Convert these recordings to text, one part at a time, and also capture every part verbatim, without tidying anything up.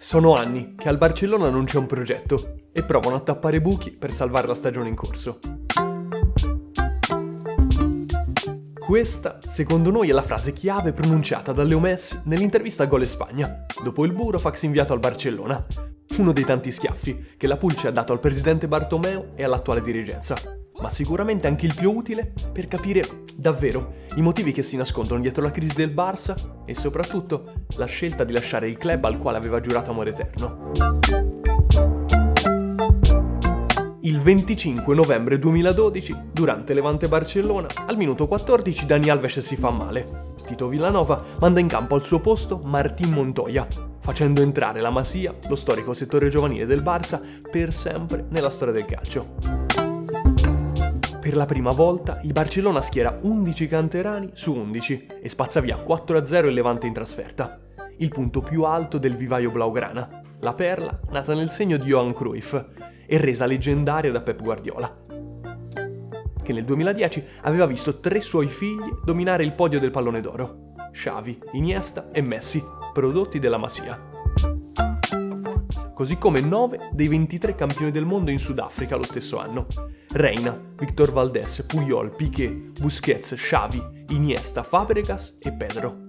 Sono anni che al Barcellona non c'è un progetto e provano a tappare buchi per salvare la stagione in corso. Questa, secondo noi, è la frase chiave pronunciata da Leo Messi nell'intervista a Gol Spagna, dopo il burofax inviato al Barcellona, uno dei tanti schiaffi che la Pulce ha dato al presidente Bartomeu e all'attuale dirigenza, ma sicuramente anche il più utile per capire davvero i motivi che si nascondono dietro la crisi del Barça e soprattutto la scelta di lasciare il club al quale aveva giurato amore eterno. Il venticinque novembre duemiladodici, durante Levante Barcellona, al minuto quattordici Dani Alves si fa male. Tito Vilanova manda in campo al suo posto Martín Montoya, facendo entrare la Masía, lo storico settore giovanile del Barça, per sempre nella storia del calcio. Per la prima volta il Barcellona schiera undici canterani su undici e spazza via quattro a zero il Levante in trasferta. Il punto più alto del vivaio blaugrana, la perla nata nel segno di Johan Cruyff e resa leggendaria da Pep Guardiola, che nel duemiladieci aveva visto tre suoi figli dominare il podio del pallone d'oro: Xavi, Iniesta e Messi, prodotti della Masía. Così come nove dei ventitré campioni del mondo in Sudafrica lo stesso anno: Reina, Victor Valdés, Puyol, Piqué, Busquets, Xavi, Iniesta, Fábregas e Pedro.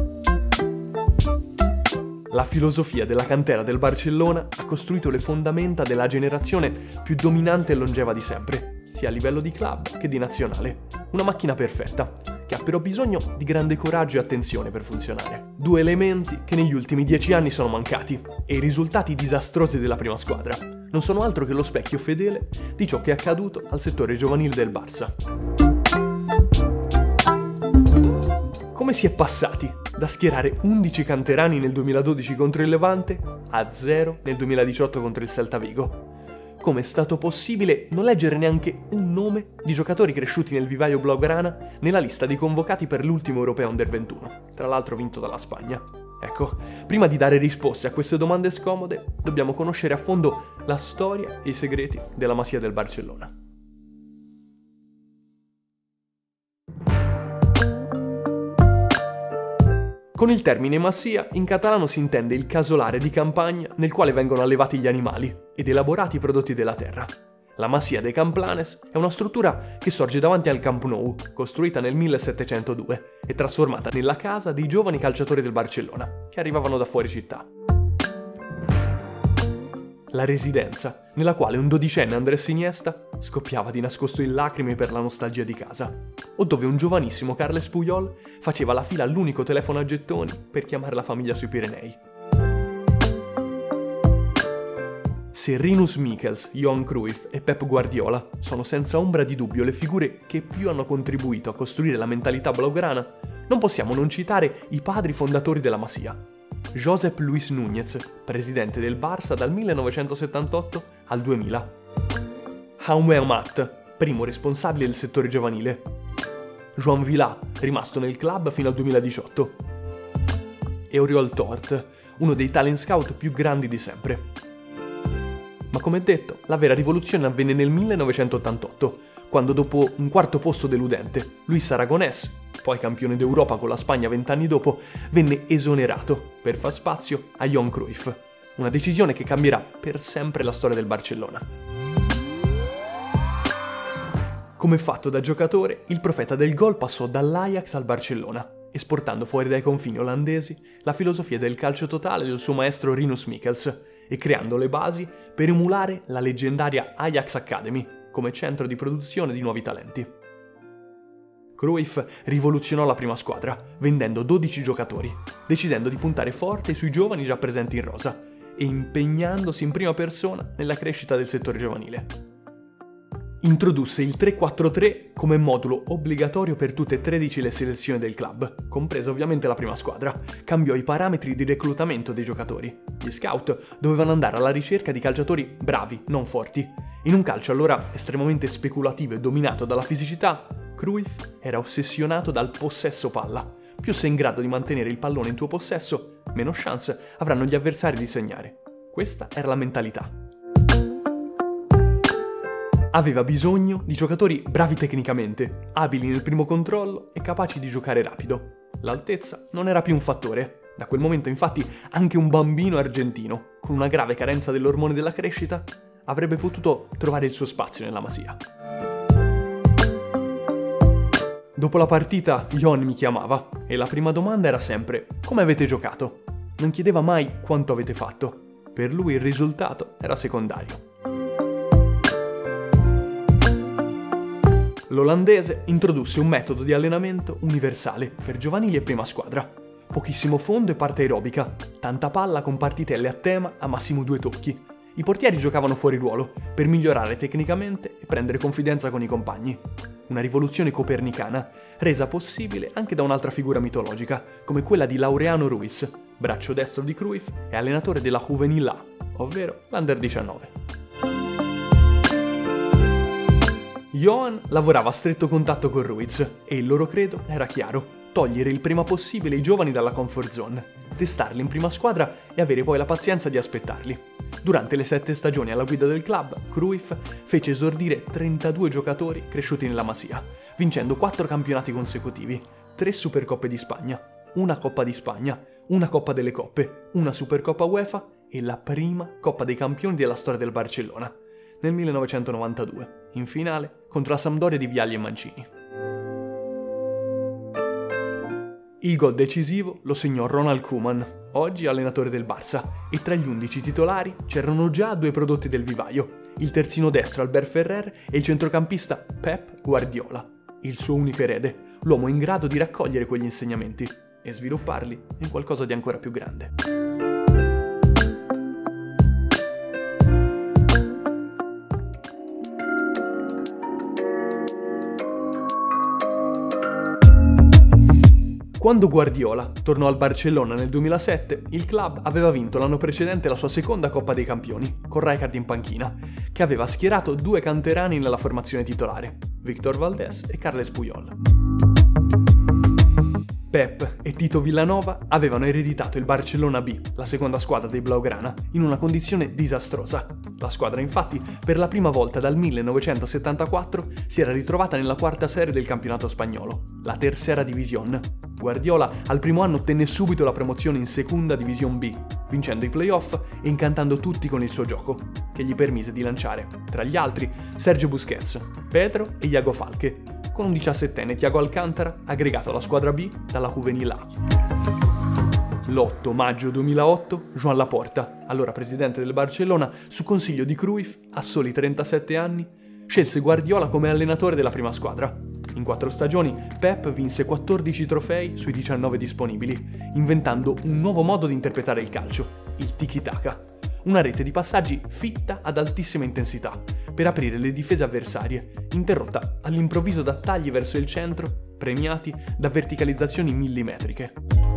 La filosofia della cantera del Barcellona ha costruito le fondamenta della generazione più dominante e longeva di sempre, sia a livello di club che di nazionale. Una macchina perfetta, che ha però bisogno di grande coraggio e attenzione per funzionare. Due elementi che negli ultimi dieci anni sono mancati, e i risultati disastrosi della prima squadra non sono altro che lo specchio fedele di ciò che è accaduto al settore giovanile del Barça. Come si è passati da schierare undici canterani nel duemiladodici contro il Levante a zero nel duemiladiciotto contro il Celta Vigo? Come è stato possibile non leggere neanche un nome di giocatori cresciuti nel vivaio blaugrana nella lista dei convocati per l'ultimo europeo under ventuno, tra l'altro vinto dalla Spagna? Ecco, prima di dare risposte a queste domande scomode, dobbiamo conoscere a fondo la storia e i segreti della Masía del Barcellona. Con il termine Masía in catalano si intende il casolare di campagna nel quale vengono allevati gli animali ed elaborati i prodotti della terra. La Masía de Camplanes è una struttura che sorge davanti al Camp Nou, costruita nel millesettecentodue e trasformata nella casa dei giovani calciatori del Barcellona, che arrivavano da fuori città. La residenza, nella quale un dodicenne Andrés Iniesta scoppiava di nascosto in lacrime per la nostalgia di casa, o dove un giovanissimo Carles Puyol faceva la fila all'unico telefono a gettoni per chiamare la famiglia sui Pirenei. Se Rinus Michels, Johan Cruyff e Pep Guardiola sono senza ombra di dubbio le figure che più hanno contribuito a costruire la mentalità blaugrana, non possiamo non citare i padri fondatori della Masía. Josep Luis Núñez, presidente del Barça dal millenovecentosettantotto al duemila. Jaume Amat, primo responsabile del settore giovanile. Joan Vilà, rimasto nel club fino al duemiladiciotto. E Oriol Tort, uno dei talent scout più grandi di sempre. Ma come detto, la vera rivoluzione avvenne nel millenovecentottantotto, quando dopo un quarto posto deludente, Luis Aragonés, poi campione d'Europa con la Spagna vent'anni dopo, venne esonerato per far spazio a Johan Cruyff, una decisione che cambierà per sempre la storia del Barcellona. Come fatto da giocatore, il profeta del gol passò dall'Ajax al Barcellona, esportando fuori dai confini olandesi la filosofia del calcio totale del suo maestro Rinus Michels e creando le basi per emulare la leggendaria Ajax Academy come centro di produzione di nuovi talenti. Cruyff rivoluzionò la prima squadra, vendendo dodici giocatori, decidendo di puntare forte sui giovani già presenti in rosa e impegnandosi in prima persona nella crescita del settore giovanile. Introdusse il tre quattro tre come modulo obbligatorio per tutte e tredici le selezioni del club, compresa ovviamente la prima squadra. Cambiò i parametri di reclutamento dei giocatori. Gli scout dovevano andare alla ricerca di calciatori bravi, non forti. In un calcio allora estremamente speculativo e dominato dalla fisicità, Cruyff era ossessionato dal possesso palla. Più sei in grado di mantenere il pallone in tuo possesso, meno chance avranno gli avversari di segnare. Questa era la mentalità. Aveva bisogno di giocatori bravi tecnicamente, abili nel primo controllo e capaci di giocare rapido. L'altezza non era più un fattore. Da quel momento, infatti, anche un bambino argentino, con una grave carenza dell'ormone della crescita, avrebbe potuto trovare il suo spazio nella Masia. Dopo la partita, Johan mi chiamava e la prima domanda era sempre: come avete giocato? Non chiedeva mai quanto avete fatto. Per lui il risultato era secondario. L'olandese introdusse un metodo di allenamento universale per giovanili e prima squadra. Pochissimo fondo e parte aerobica, tanta palla con partitelle a tema a massimo due tocchi. I portieri giocavano fuori ruolo per migliorare tecnicamente e prendere confidenza con i compagni. Una rivoluzione copernicana resa possibile anche da un'altra figura mitologica, come quella di Laureano Ruiz, braccio destro di Cruyff e allenatore della Juvenil A, ovvero l'Under diciannove. Johan lavorava a stretto contatto con Ruiz e il loro credo era chiaro: togliere il prima possibile i giovani dalla comfort zone, testarli in prima squadra e avere poi la pazienza di aspettarli. Durante le sette stagioni alla guida del club, Cruyff fece esordire trentadue giocatori cresciuti nella Masia, vincendo quattro campionati consecutivi, tre Supercoppe di Spagna, una Coppa di Spagna, una Coppa delle Coppe, una Supercoppa UEFA e la prima Coppa dei Campioni della storia del Barcellona, nel millenovecentonovantadue, in finale contro la Sampdoria di Vialli e Mancini. Il gol decisivo lo segnò Ronald Koeman, oggi allenatore del Barça, e tra gli undici titolari c'erano già due prodotti del vivaio, il terzino destro Albert Ferrer e il centrocampista Pep Guardiola, il suo unico erede, l'uomo in grado di raccogliere quegli insegnamenti e svilupparli in qualcosa di ancora più grande. Quando Guardiola tornò al Barcellona nel duemilasette, il club aveva vinto l'anno precedente la sua seconda Coppa dei Campioni, con Rijkaard in panchina, che aveva schierato due canterani nella formazione titolare, Víctor Valdés e Carles Puyol. Pep e Tito Villanova avevano ereditato il Barcellona B, la seconda squadra dei Blaugrana, in una condizione disastrosa. La squadra, infatti, per la prima volta dal millenovecentosettantaquattro si era ritrovata nella quarta serie del campionato spagnolo, la Tercera División. Guardiola al primo anno ottenne subito la promozione in Seconda División B, vincendo i playoff e incantando tutti con il suo gioco, che gli permise di lanciare, tra gli altri, Sergio Busquets, Pedro e Iago Falque, con un diciassettenne Thiago Alcántara aggregato alla squadra B dalla Juvenil A. L'otto maggio duemilaotto, Joan Laporta, allora presidente del Barcellona, su consiglio di Cruyff, a soli trentasette anni, scelse Guardiola come allenatore della prima squadra. In quattro stagioni, Pep vinse quattordici trofei sui diciannove disponibili, inventando un nuovo modo di interpretare il calcio, il tiki-taka. Una rete di passaggi fitta ad altissima intensità, per aprire le difese avversarie, interrotta all'improvviso da tagli verso il centro, premiati da verticalizzazioni millimetriche.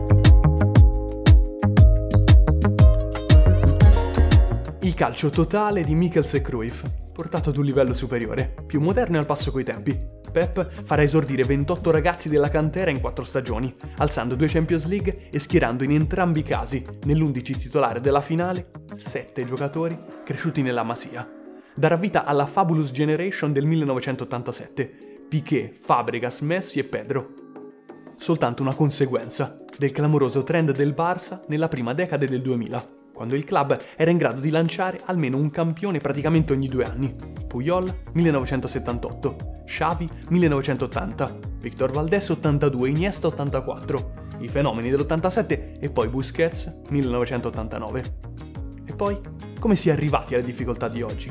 Il calcio totale di Michels e Cruyff, portato ad un livello superiore, più moderno e al passo coi tempi. Pep farà esordire ventotto ragazzi della cantera in quattro stagioni, alzando due Champions League e schierando in entrambi i casi, nell'undici titolare della finale, sette giocatori cresciuti nella Masia. Darà vita alla Fabulous Generation del millenovecentottantasette, Piqué, Fabregas, Messi e Pedro. Soltanto una conseguenza del clamoroso trend del Barça nella prima decade del duemila, quando il club era in grado di lanciare almeno un campione praticamente ogni due anni. Puyol, millenovecentosettantotto, Xavi, millenovecentottanta, Víctor Valdés ottantadue, Iniesta ottantaquattro, i fenomeni dell'ottantasette e poi Busquets, millenovecentottantanove. E poi, come si è arrivati alle difficoltà di oggi?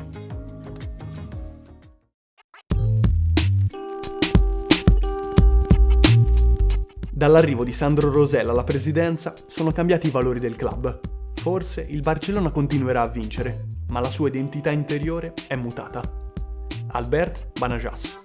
Dall'arrivo di Sandro Rosell alla presidenza sono cambiati i valori del club. Forse il Barcellona continuerà a vincere, ma la sua identità interiore è mutata. Albert Banajas.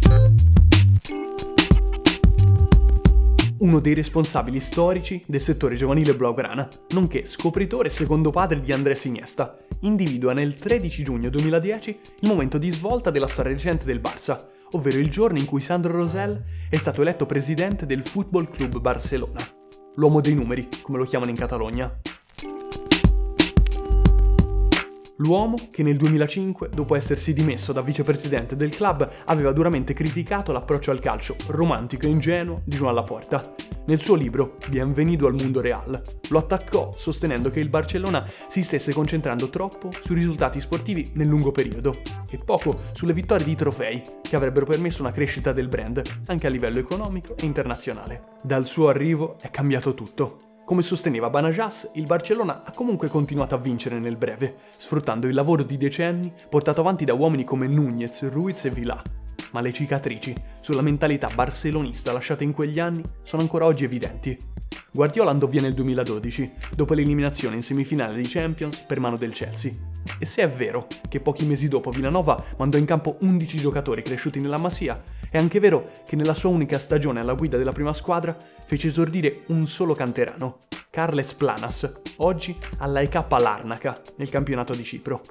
Uno dei responsabili storici del settore giovanile blaugrana, nonché scopritore e secondo padre di Andrés Iniesta, individua nel tredici giugno duemiladieci il momento di svolta della storia recente del Barça, ovvero il giorno in cui Sandro Rosell è stato eletto presidente del Football Club Barcelona. L'uomo dei numeri, come lo chiamano in Catalogna. L'uomo che nel duemilacinque, dopo essersi dimesso da vicepresidente del club, aveva duramente criticato l'approccio al calcio romantico e ingenuo di Joan Laporta. Nel suo libro Bienvenido al mundo real lo attaccò sostenendo che il Barcellona si stesse concentrando troppo sui risultati sportivi nel lungo periodo e poco sulle vittorie di trofei che avrebbero permesso una crescita del brand anche a livello economico e internazionale. Dal suo arrivo è cambiato tutto. Come sosteneva Banajas, il Barcellona ha comunque continuato a vincere nel breve, sfruttando il lavoro di decenni portato avanti da uomini come Núñez, Ruiz e Vilà. Ma le cicatrici sulla mentalità barcellonista lasciate in quegli anni sono ancora oggi evidenti. Guardiola andò via nel duemiladodici, dopo l'eliminazione in semifinale di Champions per mano del Chelsea. E se è vero che pochi mesi dopo Villanova mandò in campo undici giocatori cresciuti nella Masia, è anche vero che nella sua unica stagione alla guida della prima squadra fece esordire un solo canterano, Carles Planas, oggi all'A E K Larnaca nel campionato di Cipro.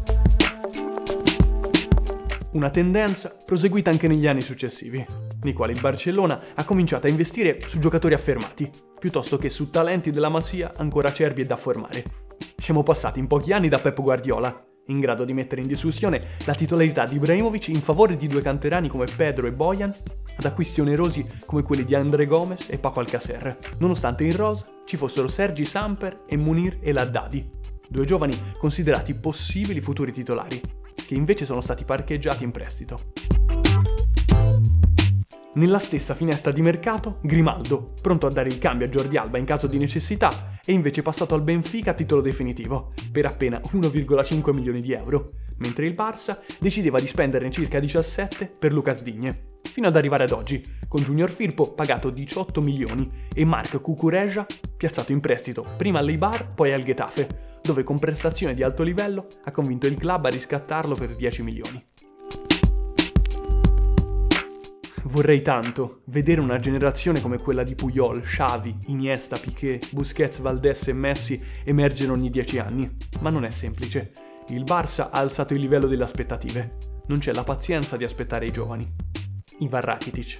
Una tendenza proseguita anche negli anni successivi, nei quali il Barcellona ha cominciato a investire su giocatori affermati, piuttosto che su talenti della Masia ancora acerbi e da formare. Siamo passati in pochi anni da Pep Guardiola, in grado di mettere in discussione la titolarità di Ibrahimovic in favore di due canterani come Pedro e Bojan, ad acquisti onerosi come quelli di André Gomes e Paco Alcacer, nonostante in rosa ci fossero Sergi Samper e Munir El Haddadi, due giovani considerati possibili futuri titolari, che invece sono stati parcheggiati in prestito. Nella stessa finestra di mercato, Grimaldo, pronto a dare il cambio a Jordi Alba in caso di necessità, è invece passato al Benfica a titolo definitivo, per appena uno virgola cinque milioni di euro, mentre il Barça decideva di spenderne circa diciassette per Lucas Digne, fino ad arrivare ad oggi, con Junior Firpo pagato diciotto milioni e Marc Cucureja piazzato in prestito prima all'Eibar poi al Getafe, dove con prestazioni di alto livello ha convinto il club a riscattarlo per dieci milioni. Vorrei tanto vedere una generazione come quella di Puyol, Xavi, Iniesta, Piqué, Busquets, Valdés e Messi emergere ogni dieci anni, ma non è semplice. Il Barça ha alzato il livello delle aspettative. Non c'è la pazienza di aspettare i giovani. Ivan Rakitic.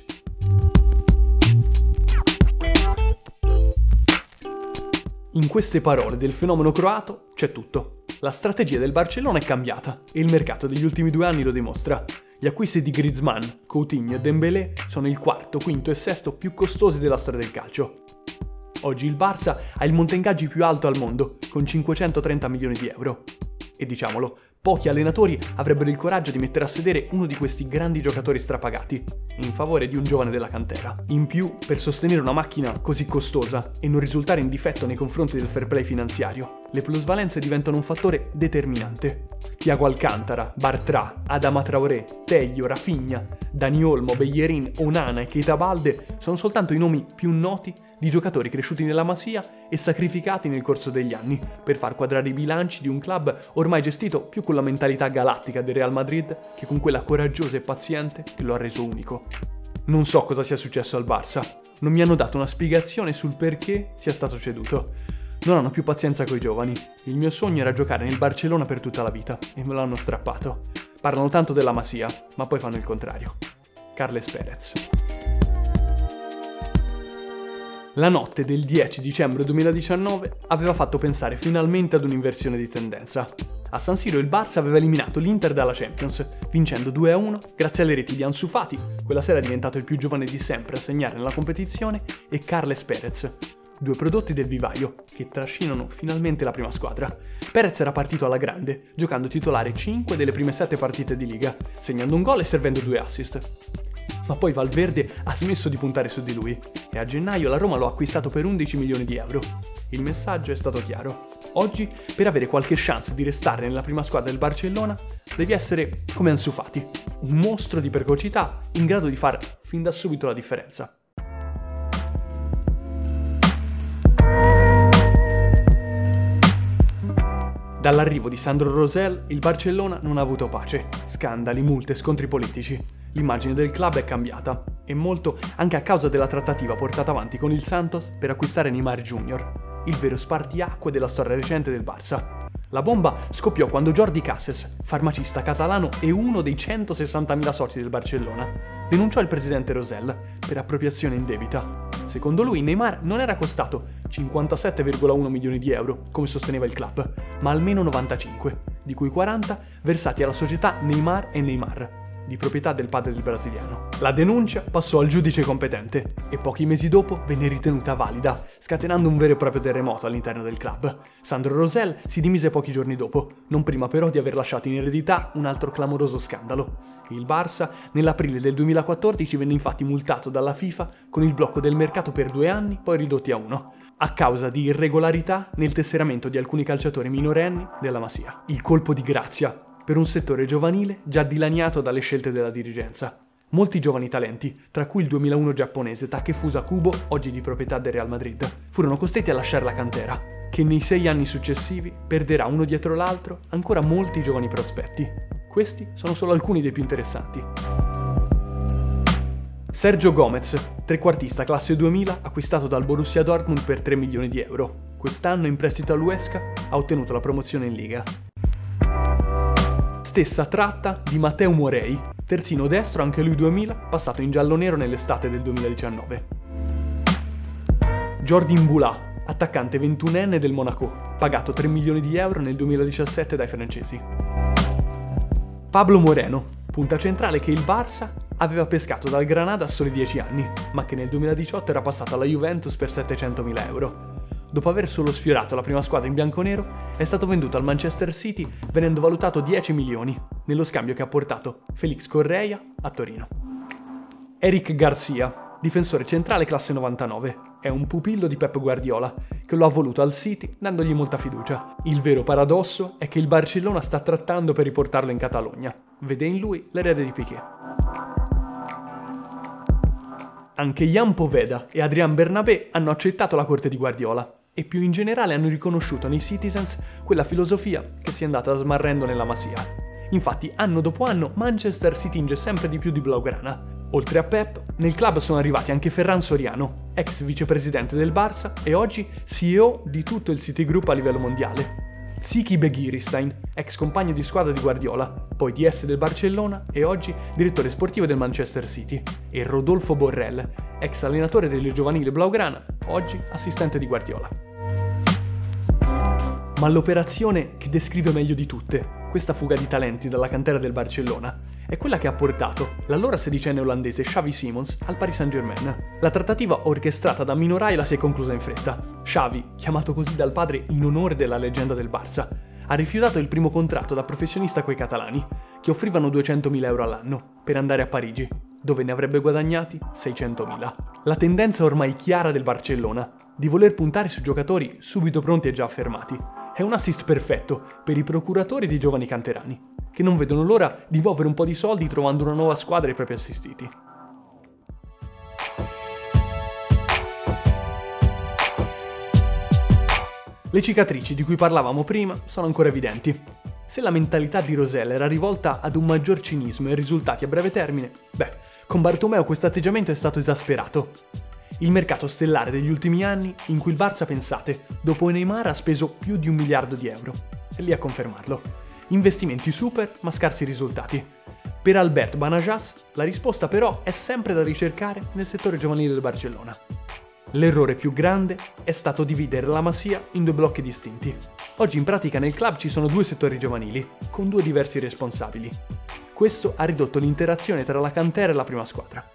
In queste parole del fenomeno croato c'è tutto. La strategia del Barcellona è cambiata e il mercato degli ultimi due anni lo dimostra. Gli acquisti di Griezmann, Coutinho e Dembélé sono il quarto, quinto e sesto più costosi della storia del calcio. Oggi il Barça ha il monte ingaggi più alto al mondo, con cinquecentotrenta milioni di euro. E diciamolo, pochi allenatori avrebbero il coraggio di mettere a sedere uno di questi grandi giocatori strapagati, in favore di un giovane della cantera. In più, per sostenere una macchina così costosa e non risultare in difetto nei confronti del fair play finanziario, le plusvalenze diventano un fattore determinante. Thiago Alcantara, Bartra, Adama Traoré, Tello, Rafinha, Dani Olmo, Bellerin, Onana e Keita Balde sono soltanto i nomi più noti di giocatori cresciuti nella Masia e sacrificati nel corso degli anni per far quadrare i bilanci di un club ormai gestito più con la mentalità galattica del Real Madrid che con quella coraggiosa e paziente che lo ha reso unico. Non so cosa sia successo al Barça, non mi hanno dato una spiegazione sul perché sia stato ceduto. Non hanno più pazienza coi giovani. Il mio sogno era giocare nel Barcellona per tutta la vita e me l'hanno strappato. Parlano tanto della Masia, ma poi fanno il contrario. Carles Pérez. La notte del dieci dicembre duemiladiciannove aveva fatto pensare finalmente ad un'inversione di tendenza. A San Siro il Barça aveva eliminato l'Inter dalla Champions, vincendo due a uno grazie alle reti di Ansu Fati, quella sera è diventato il più giovane di sempre a segnare nella competizione, e Carles Pérez. Due prodotti del vivaio che trascinano finalmente la prima squadra. Pérez era partito alla grande, giocando titolare cinque delle prime sette partite di Liga, segnando un gol e servendo due assist. Ma poi Valverde ha smesso di puntare su di lui e a gennaio la Roma lo ha acquistato per undici milioni di euro. Il messaggio è stato chiaro. Oggi, per avere qualche chance di restare nella prima squadra del Barcellona, devi essere come Ansu Fati, un mostro di precocità in grado di far fin da subito la differenza. Dall'arrivo di Sandro Rosell, il Barcellona non ha avuto pace. Scandali, multe, scontri politici. L'immagine del club è cambiata, e molto anche a causa della trattativa portata avanti con il Santos per acquistare Neymar Junior, il vero spartiacque della storia recente del Barça. La bomba scoppiò quando Jordi Casses, farmacista catalano e uno dei centosessantamila soci del Barcellona, denunciò il presidente Rosell per appropriazione indebita. Secondo lui Neymar non era costato cinquantasette virgola uno milioni di euro, come sosteneva il club, ma almeno novantacinque, di cui quaranta versati alla società Neymar e Neymar, di proprietà del padre del brasiliano. La denuncia passò al giudice competente e pochi mesi dopo venne ritenuta valida, scatenando un vero e proprio terremoto all'interno del club. Sandro Rosell si dimise pochi giorni dopo, non prima però di aver lasciato in eredità un altro clamoroso scandalo. Il Barça nell'aprile del duemilaquattordici venne infatti multato dalla FIFA con il blocco del mercato per due anni, poi ridotti a uno, a causa di irregolarità nel tesseramento di alcuni calciatori minorenni della Masia. Il colpo di grazia per un settore giovanile già dilaniato dalle scelte della dirigenza. Molti giovani talenti, tra cui il duemilauno giapponese Takefusa Kubo, oggi di proprietà del Real Madrid, furono costretti a lasciare la cantera, che nei sei anni successivi perderà uno dietro l'altro ancora molti giovani prospetti. Questi sono solo alcuni dei più interessanti. Sergio Gomez, trequartista classe duemila, acquistato dal Borussia Dortmund per tre milioni di euro. Quest'anno in prestito all'Huesca ha ottenuto la promozione in Liga. Stessa tratta di Matteo Morei, terzino destro anche lui duemila, passato in giallo-nero nell'estate del duemiladiciannove. Jordi Mbula, attaccante ventunenne del Monaco, pagato tre milioni di euro nel duemiladiciassette dai francesi. Pablo Moreno, punta centrale che il Barça aveva pescato dal Granada a soli dieci anni, ma che nel duemiladiciotto era passato alla Juventus per settecentomila euro. Dopo aver solo sfiorato la prima squadra in bianconero, è stato venduto al Manchester City venendo valutato dieci milioni, nello scambio che ha portato Félix Correia a Torino. Eric Garcia, difensore centrale classe novantanove, è un pupillo di Pep Guardiola, che lo ha voluto al City dandogli molta fiducia. Il vero paradosso è che il Barcellona sta trattando per riportarlo in Catalogna. Vede in lui l'erede di Piqué. Anche Jan Poveda e Adrian Bernabé hanno accettato la corte di Guardiola e più in generale hanno riconosciuto nei Citizens quella filosofia che si è andata smarrendo nella Masia. Infatti anno dopo anno Manchester si tinge sempre di più di blaugrana. Oltre a Pep, nel club sono arrivati anche Ferran Soriano, ex vicepresidente del Barça e oggi C E O di tutto il City Group a livello mondiale. Ziki Begiristain, ex compagno di squadra di Guardiola, poi D S del Barcellona e oggi direttore sportivo del Manchester City, e Rodolfo Borrell, ex allenatore delle giovanili blaugrana, oggi assistente di Guardiola. Ma l'operazione che descrive meglio di tutte questa fuga di talenti dalla cantera del Barcellona è quella che ha portato l'allora sedicenne olandese Xavi Simons al Paris Saint-Germain. La trattativa orchestrata da Mino Raiola si è conclusa in fretta. Xavi, chiamato così dal padre in onore della leggenda del Barça, ha rifiutato il primo contratto da professionista coi catalani, che offrivano duecentomila euro all'anno, per andare a Parigi, dove ne avrebbe guadagnati seicentomila. La tendenza ormai chiara del Barcellona di voler puntare su giocatori subito pronti e già affermati è un assist perfetto per i procuratori dei giovani canterani, che non vedono l'ora di muovere un po' di soldi trovando una nuova squadra ai propri assistiti. Le cicatrici di cui parlavamo prima sono ancora evidenti. Se la mentalità di Rosell era rivolta ad un maggior cinismo e risultati a breve termine, beh, con Bartomeu questo atteggiamento è stato esasperato. Il mercato stellare degli ultimi anni in cui il Barça, pensate, dopo Neymar ha speso più di un miliardo di euro. E lì a confermarlo. Investimenti super ma scarsi risultati. Per Albert Banajas la risposta però è sempre da ricercare nel settore giovanile del Barcellona. L'errore più grande è stato dividere la Masia in due blocchi distinti. Oggi in pratica nel club ci sono due settori giovanili, con due diversi responsabili. Questo ha ridotto l'interazione tra la cantera e la prima squadra.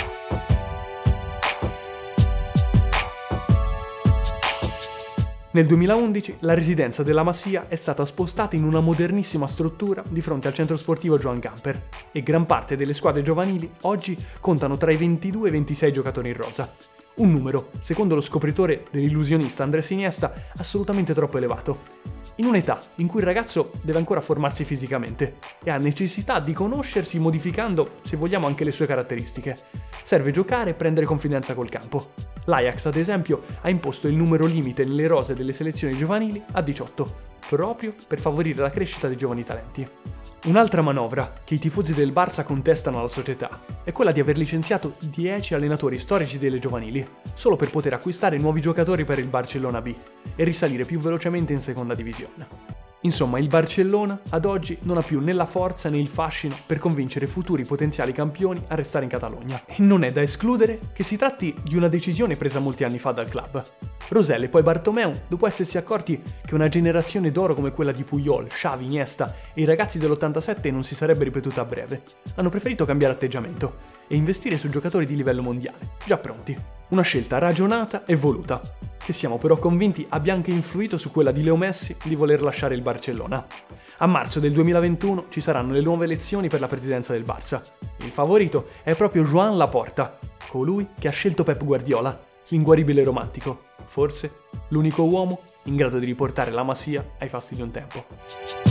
Nel duemilaundici la residenza della Masia è stata spostata in una modernissima struttura di fronte al centro sportivo Joan Gamper e gran parte delle squadre giovanili oggi contano tra i ventidue e i ventisei giocatori in rosa. Un numero, secondo lo scopritore dell'illusionista Andrés Iniesta, assolutamente troppo elevato. In un'età in cui il ragazzo deve ancora formarsi fisicamente e ha necessità di conoscersi modificando, se vogliamo, anche le sue caratteristiche. Serve giocare e prendere confidenza col campo. L'Ajax, ad esempio, ha imposto il numero limite nelle rose delle selezioni giovanili a diciotto, proprio per favorire la crescita dei giovani talenti. Un'altra manovra che i tifosi del Barça contestano alla società è quella di aver licenziato dieci allenatori storici delle giovanili, solo per poter acquistare nuovi giocatori per il Barcellona B e risalire più velocemente in seconda divisione. Insomma, il Barcellona ad oggi non ha più né la forza né il fascino per convincere futuri potenziali campioni a restare in Catalogna. E non è da escludere che si tratti di una decisione presa molti anni fa dal club. Rosell e poi Bartomeu, dopo essersi accorti che una generazione d'oro come quella di Puyol, Xavi, Iniesta e i ragazzi dell'ottantasette non si sarebbe ripetuta a breve, hanno preferito cambiare atteggiamento e investire su giocatori di livello mondiale, già pronti. Una scelta ragionata e voluta, che siamo però convinti abbia anche influito su quella di Leo Messi di voler lasciare il Barcellona. A marzo del duemilaventuno ci saranno le nuove elezioni per la presidenza del Barça. Il favorito è proprio Joan Laporta, colui che ha scelto Pep Guardiola, l'inguaribile romantico, forse l'unico uomo in grado di riportare la Masia ai fasti di un tempo.